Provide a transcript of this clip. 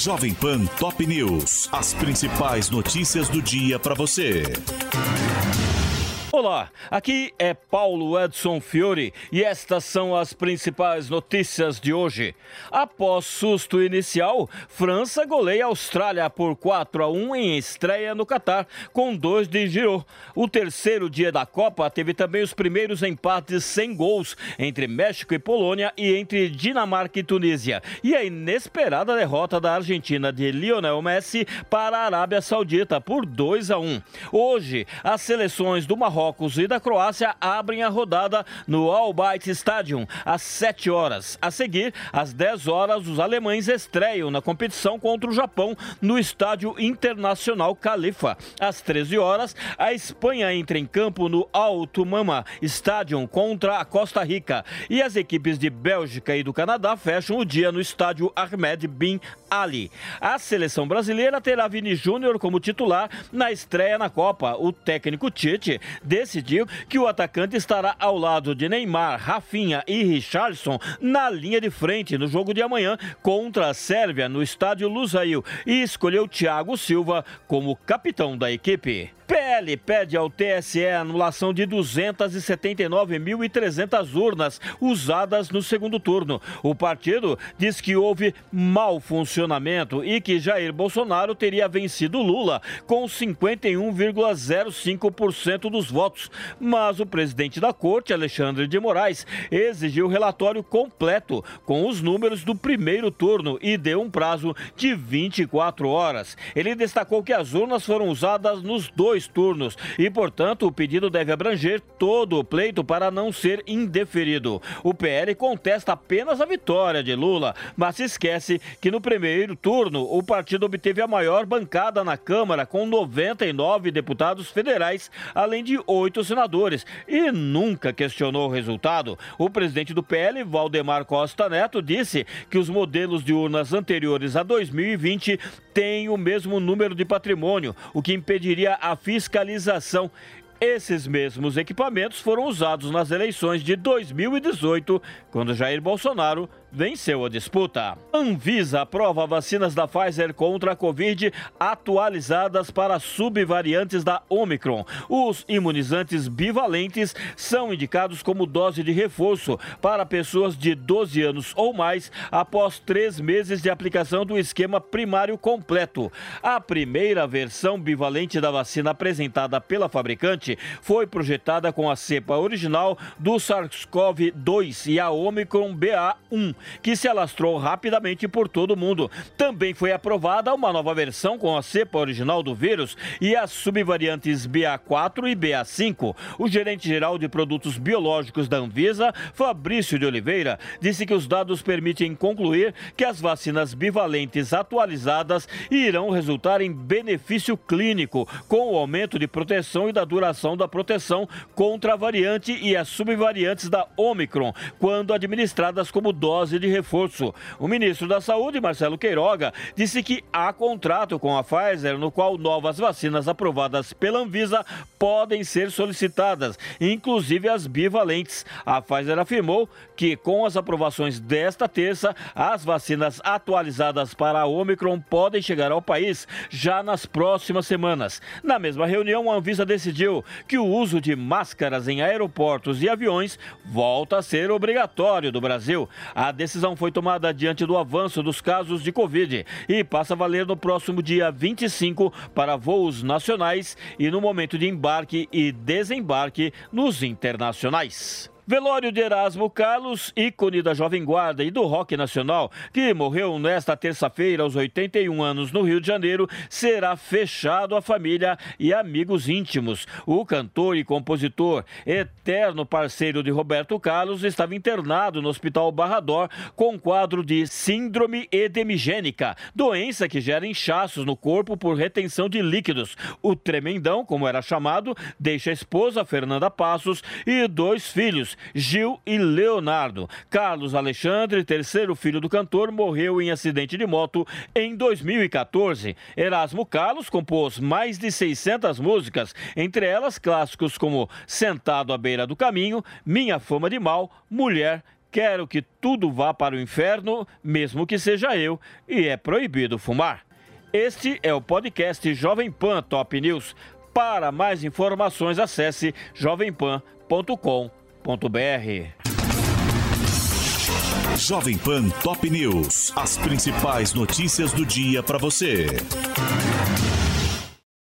Jovem Pan Top News. As principais notícias do dia para você. Olá, aqui é Paulo Edson Fiore e estas são as principais notícias de hoje. Após susto inicial, França goleia a Austrália por 4-1 em estreia no Catar, com 2 de Giroud. O terceiro dia da Copa teve também os primeiros empates sem gols entre México e Polônia e entre Dinamarca e Tunísia. E a inesperada derrota da Argentina de Lionel Messi para a Arábia Saudita por 2-1. Hoje, as seleções do Marrocos e da Croácia abrem a rodada no Al Bayt Stadium às 7 horas. A seguir, às 10 horas, os alemães estreiam na competição contra o Japão no Estádio Internacional Khalifa. Às 13 horas, a Espanha entra em campo no Al Tumama Stadium contra a Costa Rica. E as equipes de Bélgica e do Canadá fecham o dia no Estádio Ahmed Bin Ali. A seleção brasileira terá Vini Júnior como titular na estreia na Copa. O técnico Tite decidiu que o atacante estará ao lado de Neymar, Rafinha e Richarlison na linha de frente no jogo de amanhã contra a Sérvia no estádio Lusail e escolheu Thiago Silva como capitão da equipe. PL pede ao TSE a anulação de 279.300 urnas usadas no segundo turno. O partido diz que houve mau funcionamento e que Jair Bolsonaro teria vencido Lula com 51,05% dos votos. Mas o presidente da corte, Alexandre de Moraes, exigiu o relatório completo com os números do primeiro turno e deu um prazo de 24 horas. Ele destacou que as urnas foram usadas nos dois turnos e, portanto, o pedido deve abranger todo o pleito para não ser indeferido. O PL contesta apenas a vitória de Lula, mas se esquece que no primeiro turno o partido obteve a maior bancada na Câmara com 99 deputados federais, além de 8 senadores, e nunca questionou o resultado. O presidente do PL, Valdemar Costa Neto, disse que os modelos de urnas anteriores a 2020 têm o mesmo número de patrimônio, o que impediria a fiscalização. Esses mesmos equipamentos foram usados nas eleições de 2018, quando Jair Bolsonaro venceu a disputa. Anvisa aprova vacinas da Pfizer contra a Covid atualizadas para subvariantes da Omicron. Os imunizantes bivalentes são indicados como dose de reforço para pessoas de 12 anos ou mais após 3 meses de aplicação do esquema primário completo. A primeira versão bivalente da vacina apresentada pela fabricante foi projetada com a cepa original do SARS-CoV-2 e a Omicron BA.1, que se alastrou rapidamente por todo o mundo. Também foi aprovada uma nova versão com a cepa original do vírus e as subvariantes BA4 e BA5. O gerente-geral de produtos biológicos da Anvisa, Fabrício de Oliveira, disse que os dados permitem concluir que as vacinas bivalentes atualizadas irão resultar em benefício clínico, com o aumento de proteção e da duração da proteção contra a variante e as subvariantes da Omicron, quando administradas como dose de reforço. O ministro da Saúde, Marcelo Queiroga, disse que há contrato com a Pfizer, no qual novas vacinas aprovadas pela Anvisa podem ser solicitadas, inclusive as bivalentes. A Pfizer afirmou que, com as aprovações desta terça, as vacinas atualizadas para a Omicron podem chegar ao país já nas próximas semanas. Na mesma reunião, a Anvisa decidiu que o uso de máscaras em aeroportos e aviões volta a ser obrigatório no Brasil. A decisão foi tomada diante do avanço dos casos de Covid e passa a valer no próximo dia 25 para voos nacionais e no momento de embarque e desembarque nos internacionais. Velório de Erasmo Carlos, ícone da Jovem Guarda e do rock nacional, que morreu nesta terça-feira aos 81 anos no Rio de Janeiro, será fechado à família e amigos íntimos. O cantor e compositor, eterno parceiro de Roberto Carlos, estava internado no Hospital Barra d'Or com quadro de síndrome edemigênica, doença que gera inchaços no corpo por retenção de líquidos. O tremendão, como era chamado, deixa a esposa, Fernanda Passos, e 2 filhos, Gil e Leonardo. Carlos Alexandre, terceiro filho do cantor, morreu em acidente de moto em 2014. Erasmo Carlos compôs mais de 600 músicas, entre elas clássicos como Sentado à Beira do Caminho, Minha Fama de Mal, Mulher Quero que tudo vá para o inferno, mesmo que seja eu, e é proibido fumar. Este é o podcast Jovem Pan Top News. Para mais informações, acesse jovempan.com.br. Jovem Pan Top News. As principais notícias do dia para você.